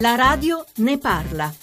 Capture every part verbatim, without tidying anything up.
La radio ne parla.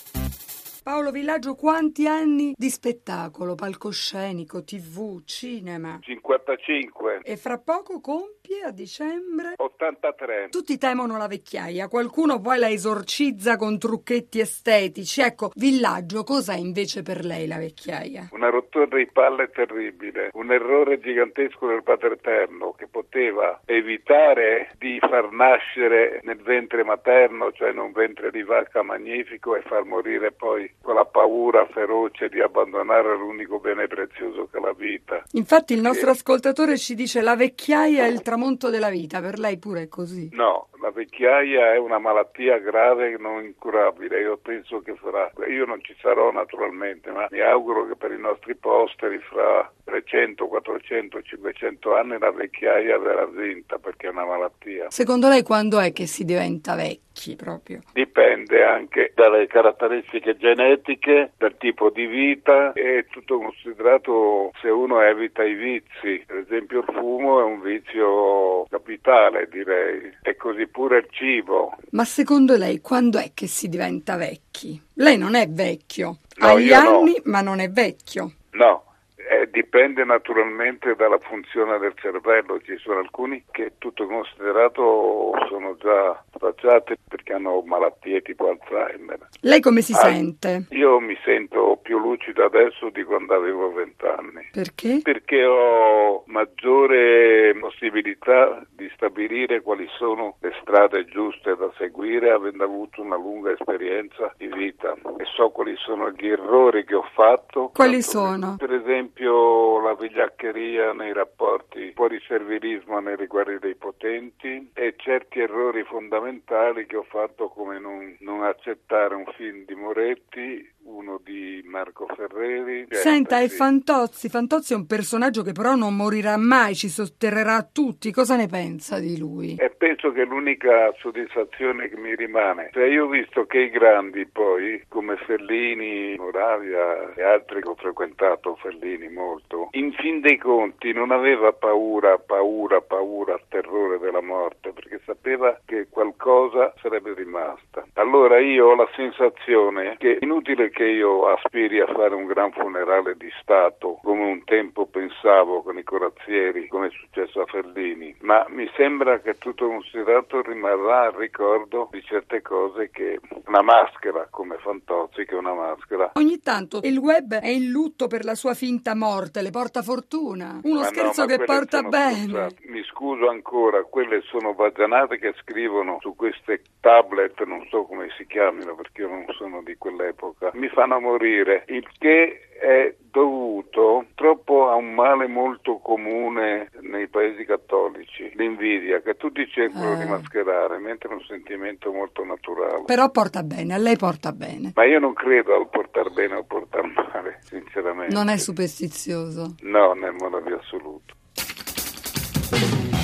Paolo Villaggio, quanti anni di spettacolo, palcoscenico, tivù, cinema? cinquantacinque. E fra poco compie, a dicembre? ottantatré. Tutti temono la vecchiaia, qualcuno poi la esorcizza con trucchetti estetici. Ecco, Villaggio, cos'è invece per lei la vecchiaia? Una rottura di palle terribile, un errore gigantesco del Padre Eterno che poteva evitare di far nascere nel ventre materno, cioè in un ventre di vacca magnifico, e far morire poi con la paura feroce di abbandonare l'unico bene prezioso che è la vita. Infatti il nostro ascoltatore ci dice: la vecchiaia è il tramonto della vita. Per lei pure è così? No, la vecchiaia è una malattia grave e non incurabile. Io penso che farà, io non ci sarò naturalmente, ma mi auguro che per i nostri posteri fra trecento, quattrocento, cinquecento anni la vecchiaia verrà vinta, perché è una malattia. Secondo lei quando è che si diventa vecchi proprio? Dipende anche dalle caratteristiche genetiche, dal tipo di vita, è tutto considerato se uno evita i vizi. Per esempio il fumo è un vizio capitale, direi, e così pure il cibo. Ma secondo lei quando è che si diventa vecchi? Lei non è vecchio, No, ha gli io anni no. ma non è vecchio. No. Eh, dipende naturalmente dalla funzione del cervello. Ci sono alcuni che tutto considerato sono già tracciati perché hanno malattie tipo Alzheimer. Lei come si Ah, sente? Io mi sento più lucido adesso di quando avevo vent'anni. Perché? Perché ho maggiore possibilità di stabilire quali sono le strade giuste da seguire, avendo avuto una lunga esperienza di vita, e so quali sono gli errori che ho fatto. Quali sono? Per esempio la vigliaccheria nei rapporti, fuori servilismo nei riguardi dei potenti, e certi errori fondamentali che ho fatto, come non, non accettare un film di Moretti, uno di Marco Ferreri. Senta, è sì. Fantozzi. Fantozzi è un personaggio che però non morirà mai, ci sotterrerà a tutti. Cosa ne pensa di lui? E penso che l'unica soddisfazione che mi rimane, cioè io ho visto che i grandi poi, come Fellini, Moravia e altri che ho frequentato, Fellini molto, in fin dei conti non aveva paura, paura, paura, terrore della morte, perché sapeva che qualcosa sarebbe rimasta. Allora io ho la sensazione che è inutile che io aspiri a fare un gran funerale di Stato, come un tempo pensavo con i corazzieri, come è successo a Fellini, ma mi sembra che tutto considerato rimarrà il ricordo di certe cose, che una maschera come Fantozzi, che è una maschera. Ogni tanto il web è in lutto per la sua finta morte, le porta fortuna. Uno Ma scherzo no, ma che quelle porta sono bene. stronzate. Mi scuso ancora, quelle sono baggianate che scrivono su queste tablet, non so come si chiamino perché io non sono di quell'epoca, mi fanno morire, il che è dovuto troppo a un male molto comune nei paesi cattolici, l'invidia, che tutti cercano Eh. di mascherare, mentre è un sentimento molto naturale. Però porta bene, a lei porta bene. Ma io non credo al portar bene o portar male, sinceramente. Non è superstizioso. No, nel modo più assoluto.